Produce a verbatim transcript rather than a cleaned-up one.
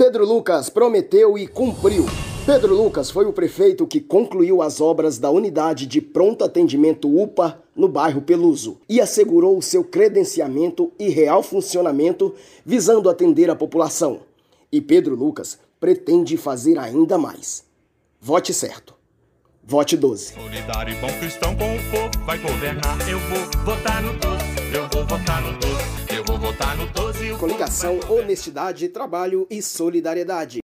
Pedro Lucas prometeu e cumpriu. Pedro Lucas foi o prefeito que concluiu as obras da unidade de pronto atendimento U P A no bairro Peluso e assegurou o seu credenciamento e real funcionamento visando atender a população. E Pedro Lucas pretende fazer ainda mais. Vote certo. Vote doze. Solidário e bom cristão com o povo vai governar. Eu vou votar no doze, eu vou votar no doze, eu vou votar no doze. Coligação, honestidade, trabalho e solidariedade.